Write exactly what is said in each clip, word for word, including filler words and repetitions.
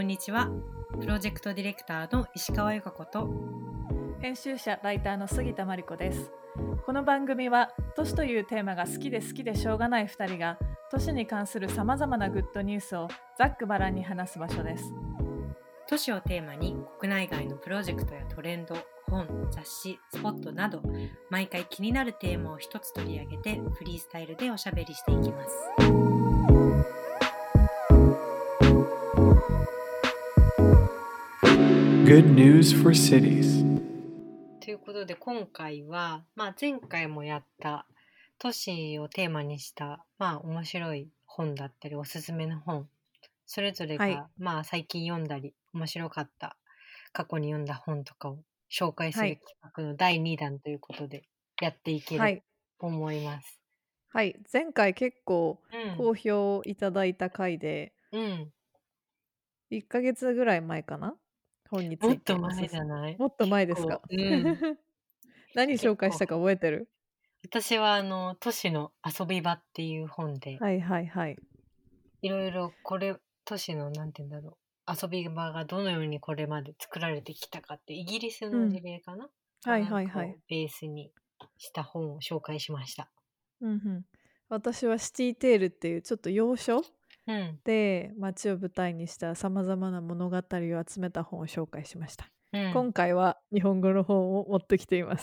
んにちは。プロジェクトディレクターの石川由香子と編集者ライターの杉田真理子です。この番組は都市というテーマが好きで好きでしょうがないふたりが都市に関するさまざまなグッドニュースをざっくばらんに話す場所です。 都市をテーマに国内外のプロジェクトやトレンド、本、雑誌、スポットなど毎回気になるテーマを一つ取り上げてフリースタイルでおしゃべりしていきます。 Good news for cities. ということで今回は、まあ、前回もやった都市をテーマにした、まあ、面白い本だったりおすすめの本それぞれが、 はいまあ、最近読んだり面白かった過去に読んだ本とかを紹介すはいる企画のだいにだんということでやっていけるはい、 と思います。 はい、前回結構うん好評いただいた回でうんいっかげつぐらい前かな、本につもっいてと前おすすじゃないもっと結前ですか。 構、うん、 何結構紹介したか覚えてる？ 私はあの都市の遊び場っていう本ではいはいはい。 いろいろこれ都市のなんて言うんだろう遊び場がどのようにこれまで作られてきたかってイギリスの事うん。 例かな、かはいなんはいはい。 かをベースにした本を紹介しました。 うんうん。私はシティテールっていうちょっと洋書うんで街を舞台にしたさまざまな物語を集めた本を紹介しました。 うん。 今回は日本語の本を持ってきています。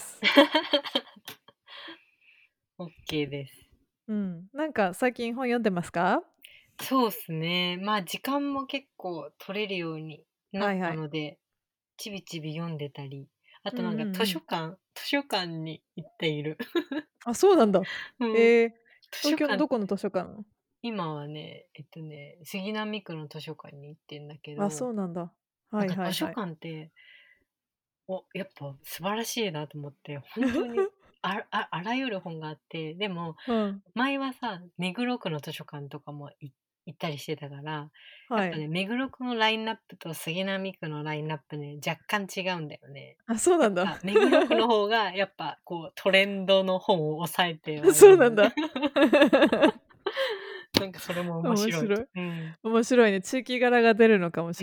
OK です。 うん。なんか最近本読んでますか？ そうっすね。まあ時間も結構取れるようになっはいはい。 たので、ちびちび読んでたり、あうんとなんかうんうん。 図書館、図書館に行っている。 あ、そうなんだ。 うん。 ええ、東図書館、 京のどこの図書館？ 今はね、えっとね、杉並区の図書館に行ってんだけあ、 ど、 そうなんだ。はなんか図書いはいはい。 館って、お、やっぱ素晴らしいなと思って、本当にあああらゆる本があって、でもうん。 前はさ、目黒区の図書館とかもい行ったりしてたから、やっはい。 ぱね、目黒区のラインナップと杉並区のラインナップね、若干違うんだよね。 あ、そうなんだ。 やっぱ目黒区の方がやっぱこうトレンドの本を抑えてはいるの。 そうなんだ。 なんかそれも面白い。 面白い。 うん。 面白いね。地域柄が出るのかもしうん。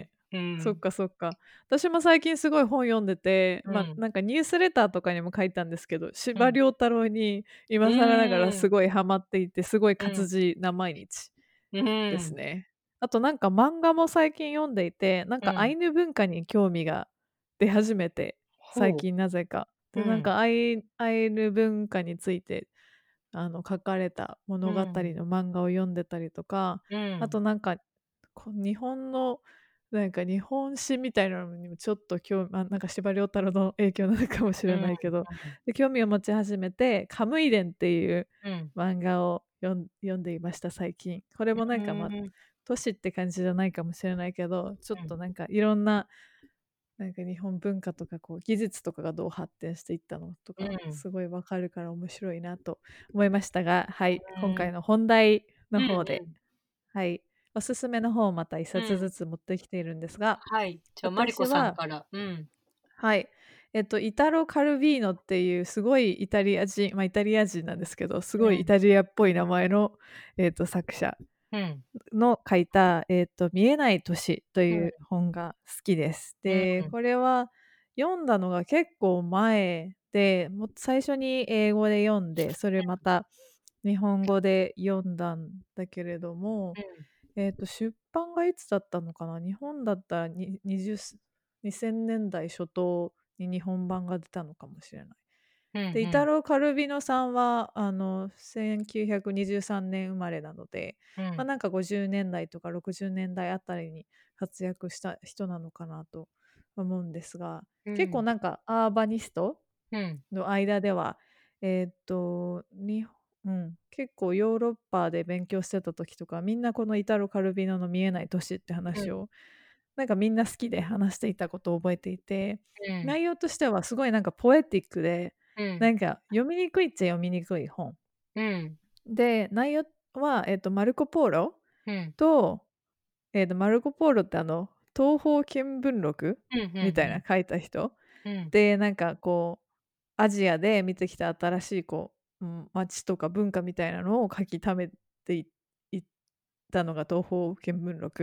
れないね。 うん。 そっかそっか。私も最近すごい本読んでて、ま、 うん。 なんかニュースレターとかにも書いたんですけど、司うん。 馬遼太郎にう今更ながらーん。 すごいハマっていて、すごい活うん。 字な毎日うーん。 ですね。あとなんか漫画も最近読んでいて、なんかアうん。 イヌ文化に興味が出始めて、最ほ近なぜか。 う。うで、なんん。 かアイアイヌ文化についてあの、書かれた物語のうん。 漫画を読んでたりとか、あうん。 となんか、こ日本のなんか日本史みたいなのにもちょっと興味あ、なんか司馬遼太郎の影響なのかもしうん。 れないけど、 うん。 で、興味を持ち始めて、カムイ伝っていううん。 漫画を読ん読んでいました、最近。これもなんか、ま、 うん都市って感じじゃないかもしれないけど、ちょっうん。 となんかいろんななんか日本文化とかこう技術とかがどう発展していったのとか、 うん。 すごいわかるから面白いなと思いましたが、はい、 うん。 今回の本題うんの方で、 うん。 はい、おすすめの本をまた一うん。 冊ずつ持ってきているんですが、 はい。じゃあ、マリコさん私は、 から。うん。 はい、えっと、イタロ・カルビーノっていうすごいイタリア人、まあ、イタリア人なんですけど、すごいイうん。 タリアっぽい名前の、えっと、作者うん。 の書いた、えっと、見えない都市とうん。 いう本が好きです。 うん。 で、これは読んだのが結構前で、もう最初に英語で読んで、それまた日本語で読んだんだけれども、えっと、出版がいつだったのかな、日本だったらににじゅうにせんねんだい初頭に日本版が出たのかもしれない。 うん。 で、イうん。 タロ・カルビノさんは、あの、せんきゅうひゃくにじゅうさんねん生まれなので、ま、 うん。 なんかごじゅうねんだいとかろくじゅうねんだいあたりに活躍した人なのかなと思うんですが、結構うん。 なんかアーバニストうん。 の間では、えっと、にうん、結構ヨーロッパで勉強してた時とか、みんなこのイタロ・カルビノの見えない都市ってうん。 話を、なんかみんな好きで話していたことを覚えていて、 うん。 内容としてはすごいなんかポエティックで、 うん。 なんか読みにくいっちゃ読みにくい本。 うん。 で、内容は、えっと、マルコ・ポーロうん。 と、えっと、マルコ・ポーロってあの、東方見聞録うん。うん。 みたいな書いた人うん。 で、なんかこう、アジアで見てきた新しいこう、うん、街とか文化みたいなのを書き溜めていいったのが東方見聞録。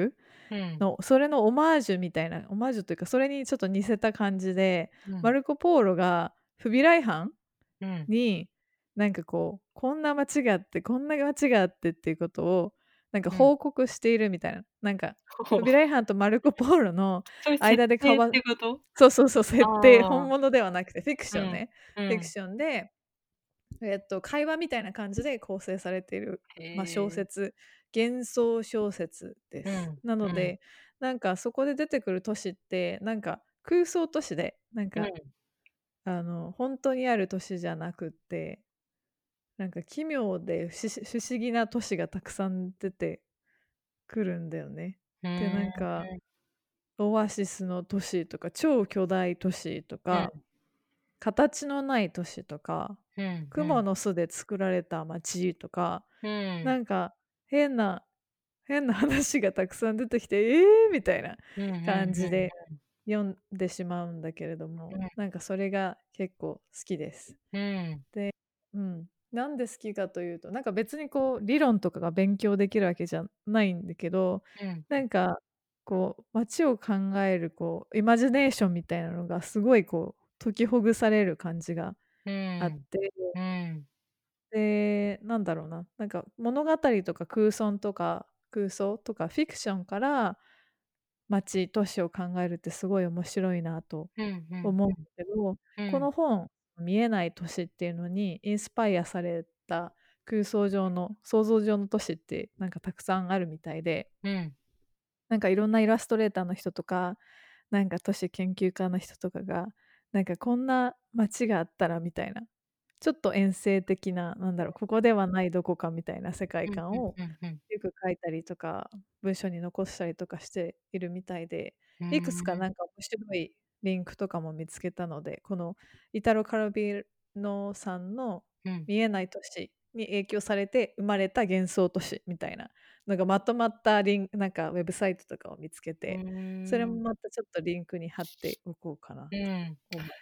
うんのそれのオマージュみたいなオマージュというかそれにちょっと似せた感じで、 うんマルコ・ポーロがフビライ藩うんになんかこうこんな街があってこんな街があってっていうことをなんかうん報告しているみたいな、なんかフビライ藩とマルコ・ポーロのそれ設定っ間で交わてこと？ そうそうそう設定本ああ、 物ではなくてフィクシうんョンね、フィクうん。 ションでえっと、会話みたいな感じで構成されている、まあ、小へえ。 説、幻想小説です。 うんなうんので、なんかそこで出てくる都市って、なんか空想都市で、なんか、 うんあの、本当にある都市じゃなくって、なんか奇妙で不思不思議な都市がたくさん出てくるんだよね。で、なうーん。 んか、オアシスの都市とか、超巨大都市とか、 うん形のない都市とか、 うんうん蜘蛛の巣で作られた街とか、 うんなんか変な変な話がたくさん出てきて、えーみたいなうんうんうん感じで読んでしまうんだけれども、なんかそれが結構好きです。 うんうんうん。なんで好きかというと、なんか別にこう理論とかが勉強できるわけじゃないんだけど、 うんなんかこう街を考えるこうイマジネーションみたいなのがすごいこう解きほぐされる感じがうんあって、 うんで、なんだろうな、なんか物語とか空想とか空想とかフィクションから街、都市を考えるってすごい面白いなとうんうん思うんだけど、こうんの本、見えない都市っていうのにインスパイアされた空想上の想像上の都市ってなんかたくさんあるみたいで、 うんなんかいろんなイラストレーターの人とか、なんか都市研究家の人とかが、なんかこんな街があったらみたいな、ちょっと遠征的な、なんだろう、ここではないどこかみたいな世界うん観をうんよく書いたりとか、文章に残したりとかしているみたいで、 ういくつかんなんか面白いリンクとかも見つけたので、このイタロ・カルビノさんのうん見えない都市に影響されて生まれた幻想都市みたいなのがまとまったリンなんかウェブサイトとかを見つけうて、それもんまたちょっとリンクに貼っておこうかなとうん思います。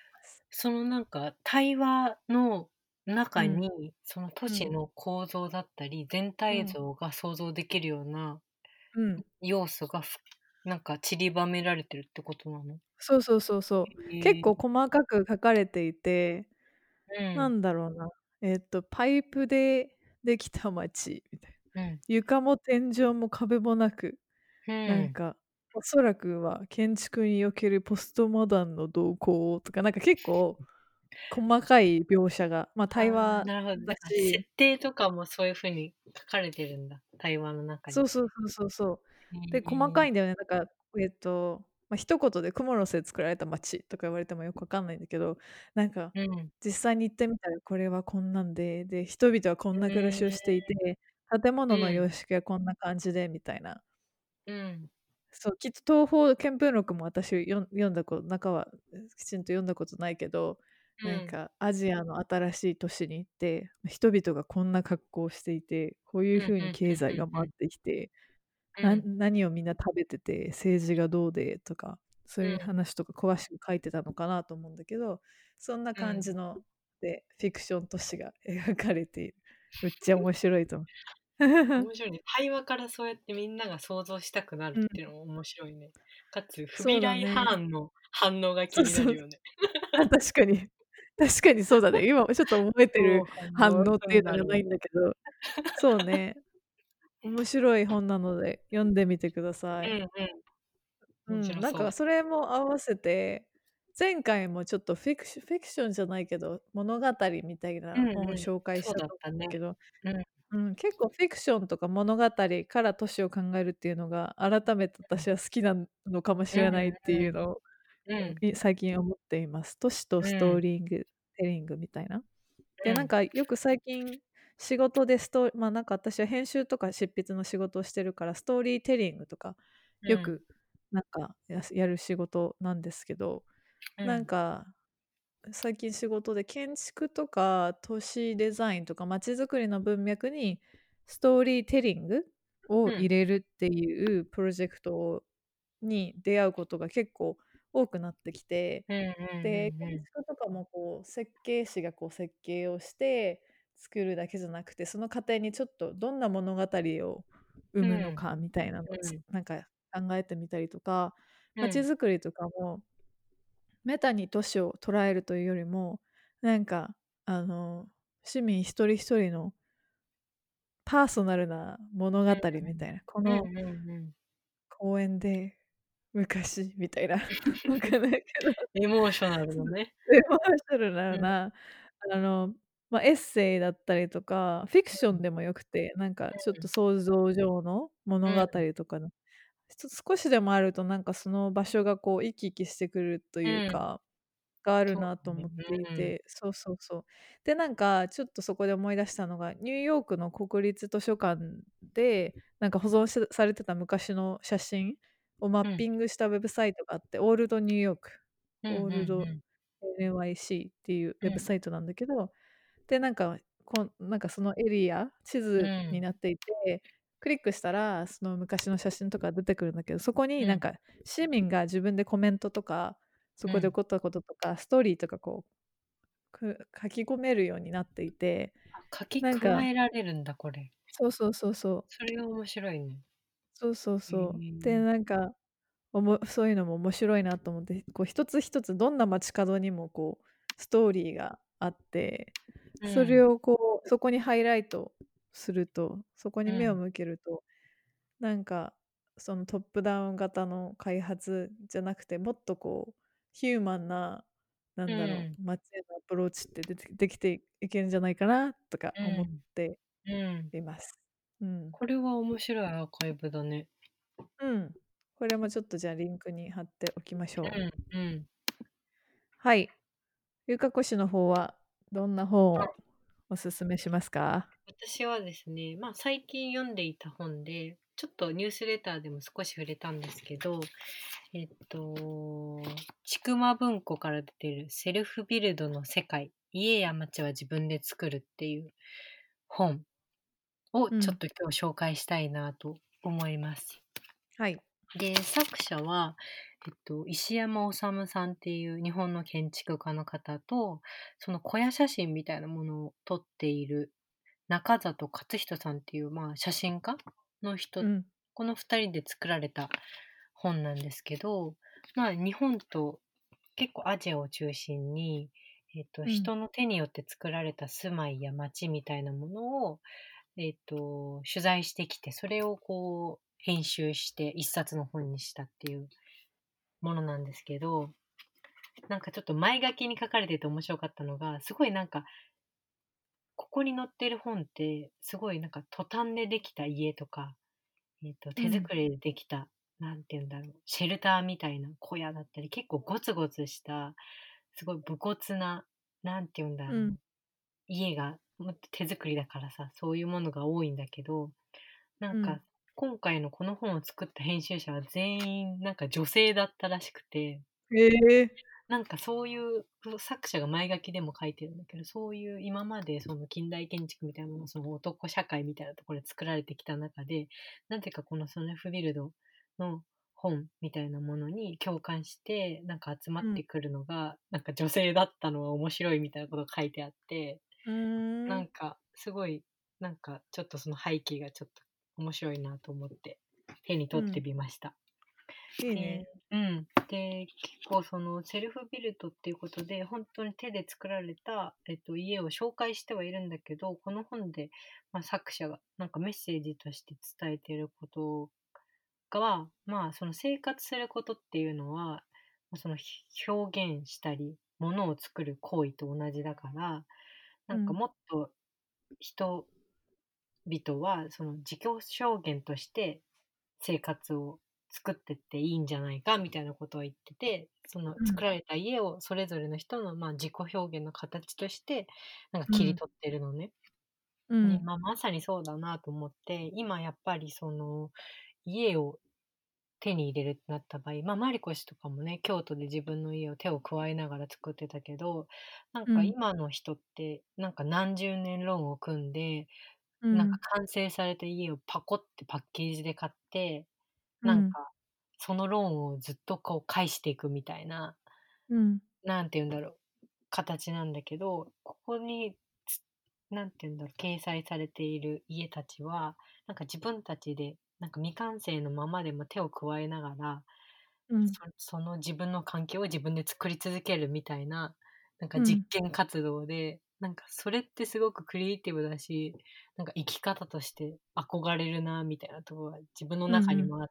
そのなんか対話の中うん、 に、その都うん、 市の構造だったり、全体うん、 像が想像できるようなうん。 要素がふなんか散りばめられてるってことなの？ そうそうそうそう。結へえ。 構細かく書かれていて、なうん、 んだろうな、えっと、パイプでできた街みたいな。 うん、 床も天井も壁もなく、 うん、 なんか、おそらくは建築におけるポストモダンの動向とか、なんか結構細かい描写が、ま、 ああ、 対話なるほど。 だだから設し、 定とかもそういう風に書かれてるんだ、対話の中に。 そうそうそうそうそう。 へで、細かいんえ。 だよね。なんか、えっと、ま、一言でクモの巣で作られた街とか言われてもよくわかんないんだけど、なんか、 うん、 実際に行ってみたらこれはこんなんで、で、人々はこんうな暮らしをしていーん、 て、建物のうん、 様式はこんな感じでみたいな。 うん、 そう、きっと東方見聞録も私よん読んだこ中は、きちんと読んだことないけど、 うん、 なんかアジアの新しい都市に行って、人々がこんな格好をしていて、こういううん、 風にうん経済がうんうん回ってきて、なうん、 何をみんな食べてて、政治がどうでとか、そういううん、 話とか詳しく書いてたのかなと思うんだけど、そんなうん。 感じので、フィクション都市が描かれている。めっちゃ面白いと思う。 面白いね。会話からそうやってみんなが想像したくなるうん、 っていうのも面白いね。かつ、フそうビライ・ハだね。 ーンの反応が気そうそう。 になるよね。 あ、確かに。確かにそうだね。今ちょっと覚えてるどう反応す反応っていうるんだろう。 のがないんだけど、そうね、面白い本なので読んでみてください。 うんうん。面うん、なん白そう。 かそれも合わせて、前回もちょっとフィクシフィクションじゃないけど、物語みたいな本をうんうん。 紹介そうしたと思だったね。 うんだけど、 うん、 うん、結構フィクションとか物語から都市を考えるっていうのが、改めて私は好きなのかもしうん、 れないっていうのを、 うん、うん、 い最近思っています。都市とうストーん、 リングテリングみたいな。で、なんうん、 かよく最近仕事でストまあ、なんか私は編集とか執筆の仕事をしてるから、ストーリーテリングとかうん、 よくなんかやすやる仕事なんですけど、なんうん、 か最近仕事で建築とか都市デザインとか街づくりの文脈にストーリーテリングを入うん、 れるっていうプロジェクトをに出会うことが結構多くなってきて、 うんうんで、 うんうん。 建築とかもこう設計士がこう設計をして作るだけじゃなくて、その過程にちょっとどんな物語を生むのうん、 かみたいなのをつうん、 なんか考えてみたりとか、街うんづくりとかもメタに都市を捉えるというよりも、なんかあの市民一人一人のパーソナルな物語みたいな、こうんのうんうん公園で昔みたいな、わかんないけど、 エモーショナルのね。 エモーショナうんルな、あの、まあ、エッセイだったりとか、フィクションでもよくて、なんかちょっと想像上の物語とかの、ちょ少しでもあるとなんかその場所がこう生き生きしてくるとうんうん。 いうかがあるそうだね。 なと思っていうん。 て、そうそうそう。で、なんかちょっとそこで思い出したのが、ニューヨークの国立図書館で、なんか保存しされてた昔の写真をマッうん。 ピングしたウェブサイトがあって、オールドニューヨーク、 うんうんオールドうん。 エヌワイシー っていうウうん。 ェブサイトなんだけど、で、なんか、こんなんかそのエリア、地図にうん。 なっていて、クリックしたら、その昔の写真とか出てくるんだけど、そこにうん。 なんか市民が自分でコメントとか、そこで起うん。 こったこととか、ストーリーとかこう、く書き込めるようになっていて、 あ、書きなんか加えられるんだ、これ。 そうそうそうそう。 それが面白いね。 そうそうへそう。で、 え。 なんか、おもそういうのも面白いなと思って、こう一つ一つどんな街角にもこうストーリーがあって、それうん。 をこうそこにハイライトすると、そこにうん。 目を向けると、なんかそのトップダウン型の開発じゃなくて、もっとこうヒューマンな、なうんだろん。 う、街へのアプローチってでてできていけるんじゃないかなとか思っうん。 てうん。 います。うん。 これは面白いアーカイブだね。 うん。これもちょっとじゃあリンクに貼っておきましょう。 うん。うん。 はい。ゆうかこ氏の方はどんな本あ、 をおすすめしますか？ 私はですね、まあ、最近読んでいた本で、ちょっとニュースレターでも少し触れたんですけど、えっと、ちくま文庫から出てるセルフビルドの世界、家や街は自分で作るっていう本をうん。 ちょっと今日紹介したいなと思います。 はい。 で、作者は、えっと、石山治さんっていう日本の建築家の方と、その小屋写真みたいなものを撮っている中里勝人さんっていう、まあ、写真家の人、 うん。 このふたりで作られた本なんですけど、まあ、日本と結構アジアを中心に、えっと、 うん。 人の手によって作られた住まいや街みたいなものを、えっと、取材してきて、それをこう、編集して一冊の本にしたっていうものなんですけど、なんかちょっと前書きに書かれてて面白かったのが、すごいなんか、ここに載ってる本って、すごいなんかトタンでできた家とか、えっと、 うん。 手作りでできた、なんて言うんだろう、シェルターみたいな小屋だったり、結構ゴツゴツした、すごい武骨な、なんて言うんだろう、 うん。 家が、もっと手作りだからさ、そういうものが多いんだけど、なんうん。 か、今回のこの本を作った編集者は全員なんか女性だったらしくて、 へえ。 なんかそういう、作者が前書きでも書いてるんだけど、そういう今までその近代建築みたいなもの、その男社会みたいなところで作られてきた中で、なんていうかこのソネフビルドの本みたいなものに共感して、なんか集まうん。 ってくるのが、なんか女性だったのは面白いみたいなことが書いてあって、 うーん。 なんかすごい、なんかちょっとその背景がちょっと面白いなと思って手に取ってうん。 みました。で、 いいね。 うん。で、結構そのセルフビルトっていうことで、本当に手で作られた、えっと、家を紹介してはいるんだけど、この本で、まあ、作者がなんかメッセージとして伝えていることが、まあ、その生活することっていうのは、まあその表現したり、ものを作る行為と同じだから、なんかうん。 もっと人々はその自己表現として生活を作ってっていいんじゃないかみたいなことを言ってて、そのうん。 作られた家をそれぞれの人のまあ自己表現の形としてなんかうん。 切り取ってるのね。で、 うん。 まあ、まさにそうだなと思って、今やっぱりその家を手に入れるってなった場合、まあ、マリコ氏とかもね、京都で自分の家を手を加えながら作ってたけど、なんかうん。 今の人ってなんか何十年ローンを組んで、なんかうん。 完成された家をパコってパッケージで買って、 うん。 なんかそのローンをずっとこう返していくみたいな、 うん。 なんて言うんだろう、形なんだけど、ここにつなんて言うんだろう、掲載されている家たちは、なんか自分たちでなんか未完成のままでも手を加えながら、 うん。 そその自分の環境を自分で作り続けるみたいな、なんか実うん。 験活動で、なんかそれってすごくクリエイティブだし、なんか生き方として憧れるなみたいなところが自分のうんうん。 中にもあって、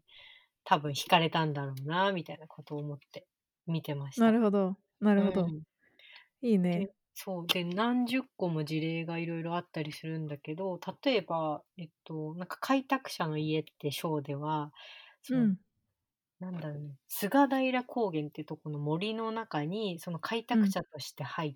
多分惹かれたんだろうなみたいなことを思って見てました。 なるほど、なるほど。 うん。 いいね。 で、そう、で、何十個も事例がいろいろあったりするんだけど、例えば、えっと、なんか開拓者の家ってショーでは、その、 うん。 なんだろうね、菅平高原ってとこの森の中に、その開うん。 拓者として入って、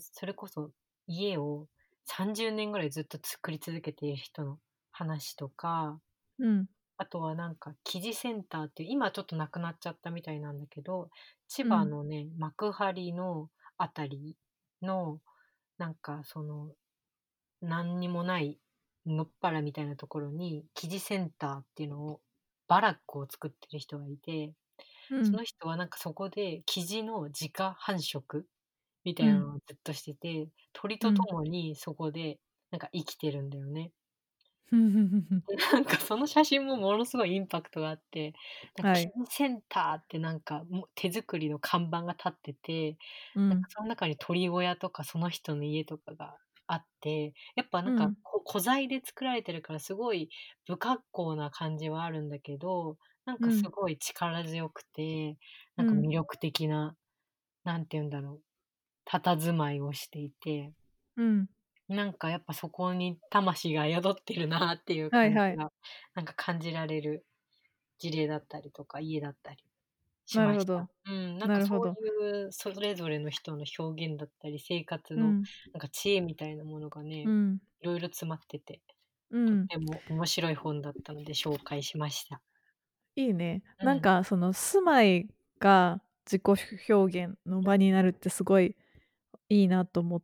それこそ家をさんじゅうねんぐらいずっと作り続けている人の話とか、 うん。 あとはなんか生地センターっていう、今ちょっとなくなっちゃったみたいなんだけど、千うん。 葉のね、幕張のあたりの、なんかその、なんにもないのっぱらみたいなところに、生地センターっていうのを、バラックを作ってる人がいて、 うん。 その人はなんかそこで生地の自家繁殖みたいうん。 なのをずっとしてて、鳥とうん。 共にそこでなんか生きてるんだよね。 ふんふんふんふん。 で、なんかその写真もものすごいインパクトがあって、なんかはい。 キッセンターってなんか、も手作りの看板が立ってて、なんかうん。 その中に鳥小屋とかその人の家とかがあって、やっぱなんか、 うん。 こ古材で作られてるからすごい不格好な感じはあるんだけど、なんかすうん。 ごい力強くて、なんかうん。 魅力的な、なんて言うんだろう、佇まいをしていて、 うん。 なんかやっぱそこに魂が宿ってるなっていうはいはい。 感じが、なんか感じられる事例だったりとか、家だったりしました。 なるほど。 うん、なんかそうなるほど。 いうそれぞれの人の表現だったり、生活のうん。 なんか知恵みたいなものがね、 うん。 いろいろ詰まってて、とっうん。 ても面白い本だったので紹介しました。 いいね。 うん、 なんかその住まいが自己表現の場になるってすごいいいなと思って、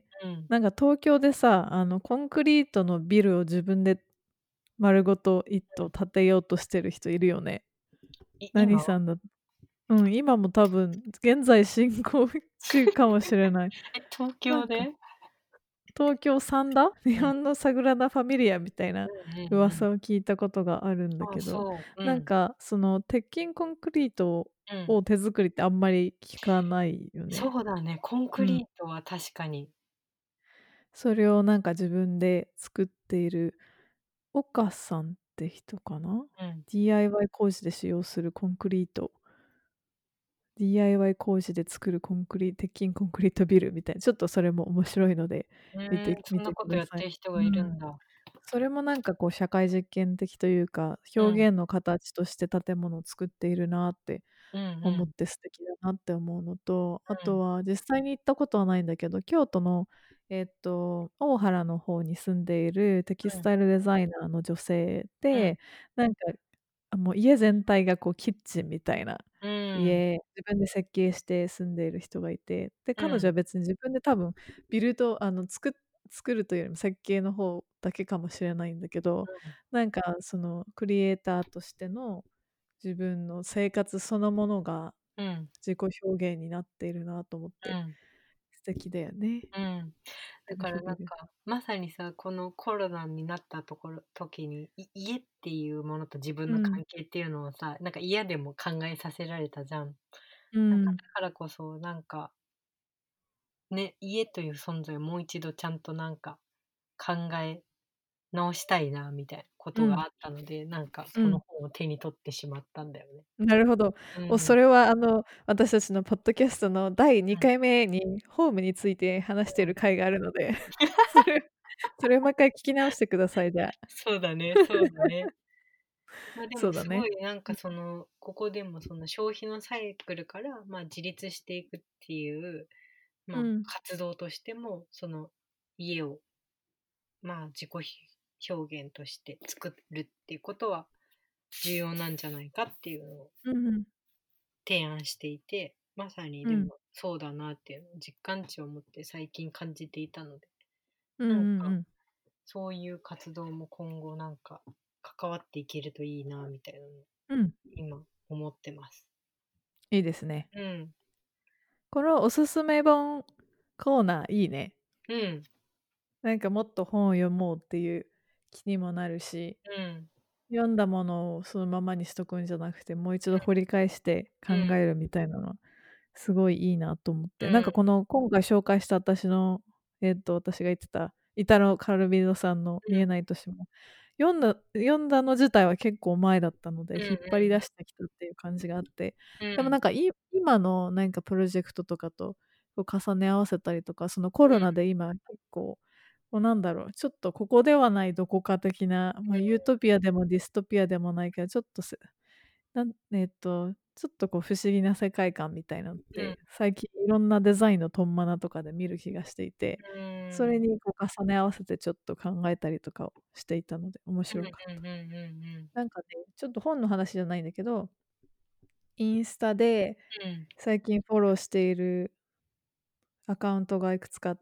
うん。 なんか東京でさ、あのコンクリートのビルを自分で丸ごと一棟建てようとしてる人いるよね。 い今？ 何さんだうん、今も多分現在進行中かもしれない。 え、東なんか京で？ 東京三田日うん。 本のサグラダ・ファミリアみたいなうんうんうん。 噂を聞いたことがあるんだあ、 けど、 そう。うん。 なんかその鉄筋コンクリートうん。 を手作りってあんまり聞かないよね。 そうだね、コンクうん。 リートは確かに。 それをなんか自分で作っている岡さんって人かな？ うん。 ディーアイワイ 工事で使用するコンクリート ディーアイワイ 工事で作るコンクリ鉄筋コンクリートビルみたいな、ちょっとそれも面白いので、 うーん、 見てみてそんなことください。 やってる人がいるうん。 んだ。 それもなんかこう社会実験的というか、 うん。 表現の形として建物を作っているなってうんうん。 思って素敵だなって思うのと、あうん。 とは実際に行ったことはないんだけど、京都の、えっと、大原の方に住んでいるテキうん。 スタイルデザイナーの女性うん。 で、なんか、あ、もう家全体がこうキッチンみたいなうーん。 家、自分で設計して住んでいる人がいて、で、 うん。 彼女は別に自分で多分ビルドあの、つく作るというよりも設計の方だけかもしれないんだけど、 うん。 なんかそのクリエイターとしての自分の生活そのものがうん。 自己表現になっているなと思って、 うん。 素敵だよね。 うん。だからライフビル。 なんか、まさにさ、このコロナになったところ時に、い家っていうものと自分のうん、 関係っていうのをさ、なんか嫌でも考えさせられたじゃん。なんかうん、 だからこそ、なんか、ね、家という存在をもう一度ちゃんとなんか考え直したいなみたいなことがうん、 あったので、なんかうん。 この本を手に取ってしまったんだよね。 なるほど。もううん。 それはあの、私たちのポッドキャストのだいうん。 にかいめにホームについて話していうん。 る回があるので、それそれをもう一回聞き直してください、じゃあ。 そうだねそうだね。ま、でもすごそうだね。 いなんかその、ここでもその消費のサイクルから、ま、自立していくっていう、ま、 うん、 活動としても、その家を、まあ、自己ひ表現として作るっていうことは重要なんじゃないかっていうのをうんうん、 提案していて、まさにうん、 でもそうだなっていうのを実感値を持って最近感じていたので、 うんなんかうんうん。 そういう活動も今後なんか関わっていけるといいなみたいなのをうん、 今思ってます。 いいですね。 うん。 このおすすめ本コーナーいいね。 うん。 なんかもっと本を読もうっていう気にもなるし、 うん。 読んだものをそのままにしとくんじゃなくて、もう一度掘り返して考うん。 えるみたいなのは、すごいいいなと思っうて。なんかん。 この今回紹介した私の、えっと、私が言ってたイタロ・カルビノさんの見えない都市も、読んだ読んだの自体は結構前だったので、 うん引っ張り出してきたっていう感じがあって、 うん。 でもなんかい今のなんかプロジェクトとかとこう重ね合わせたりとか、そのコロナで今結構、こうなんだろう、ちょっとここではないどこか的な、まあ、ユートピアでもディストピアでもないけど、ちょっとせなんえっと、ちょっとこう不思議な世界観みたいなのっうん。 て、最近いろんなデザインのトンマナとかで見る気がしていて、 うん。 それにこう重ね合わせてちょっと考えたりとかをしていたので面うん白かった。 うんうんうんなんかね、ちょっと本の話じゃないんだけど、インスタでうん。 最近フォローしているアカウントがいくつかあって、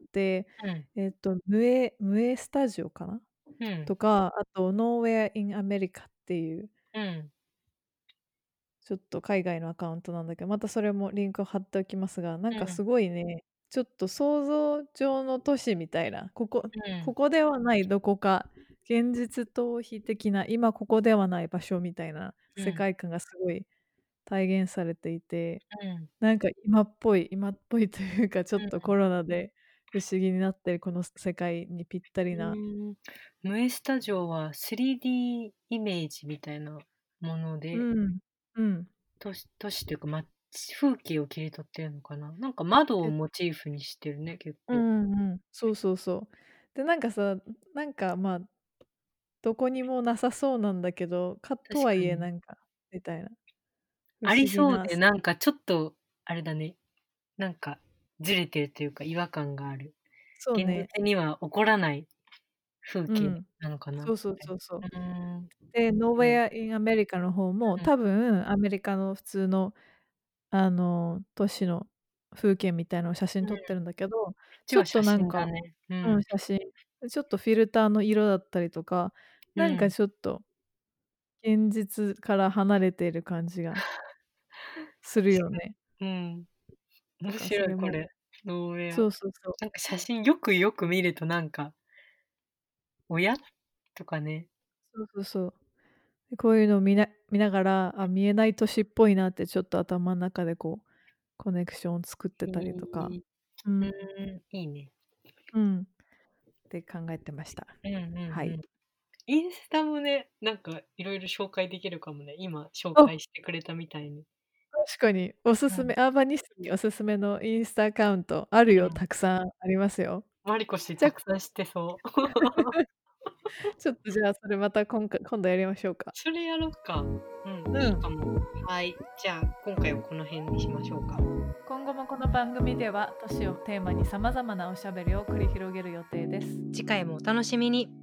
うんえっと、ムエムエスタジオかな？ うん。 とか、あと Nowhere in America っていううん。 ちょっと海外のアカウントなんだけど、またそれもリンクを貼っておきますが、なんうん。 かすごいね、ちょっと想像上の都市みたいな、ここうん。 ここではないどこか、現実逃避的な、今ここではない場所みたいなうん。 世界観がすごい体現されていて、 うん。 なんか今っぽい今っぽいというか、ちょっうん。 とコロナで不思議になってるこの世界にぴったりな。 うん。ムエスタ城は スリーディー イメージみたいなもので、 うん。うん。 都市都市というか、ま、風景を切り取ってるのかな。なんか窓をえモチーフにしてるね、結う構。 んうんうん。そうそうそう。で、なんかさ、なんか、まあどこにもなさそうなんだけど、かとはいえ確かに。 なんか、みたいな、不あり思議な、 そうで、なんかちょっとあれだね、なんかずれてるというか、違和感がある。現そうね、 実には起こらない風景うん。 なのかなみそうそうたいそうそう。 な。うーん。 で、 うん、 Nowhere in America の方も、 うん、 多分アメリカの普通の、あの、都市の風景みたいなのを写真うん。こ撮ってるんだけど、ちょっっちは写となんか、 真だね。ううん、 ん。 写真、ちょっとフィルターの色だったりとか、なんかうん。 ちょっと現実から離れている感じがするよね。 うん。面だからそれも白いこれ。ノーウェア。 そうそうそう。 なんか写真よくよく見るとなんか、おや？とかね。 そうそうそう。で、こういうのを見な見ながら、あ、見えない都市っぽいなってちょっと頭ん中でこう、コネクションを作ってへたりとか、 え。 うん、 うーん、いいね。 うん、って考えてました。 うんうんはい。 うん。インスタもね、なんかいろいろ紹介できるかもね。今紹あ、 介してくれたみたいに。 確かにおすうん、 すめアーバニストにおすすめのインスタアカウントあるよ、 うん。 たくさんありますよ。 マリコ氏じゃ、 たくさん知ってそう。 ちょっとじゃあ、それまた今回今度やりましょうか。 それやろっか。うん、 うん。 いいかも。はい、じゃあ今回はこの辺にしましょうか。 今後もこの番組では、都市をテーマに様々なおしゃべりを繰り広げる予定です。 次回もお楽しみに。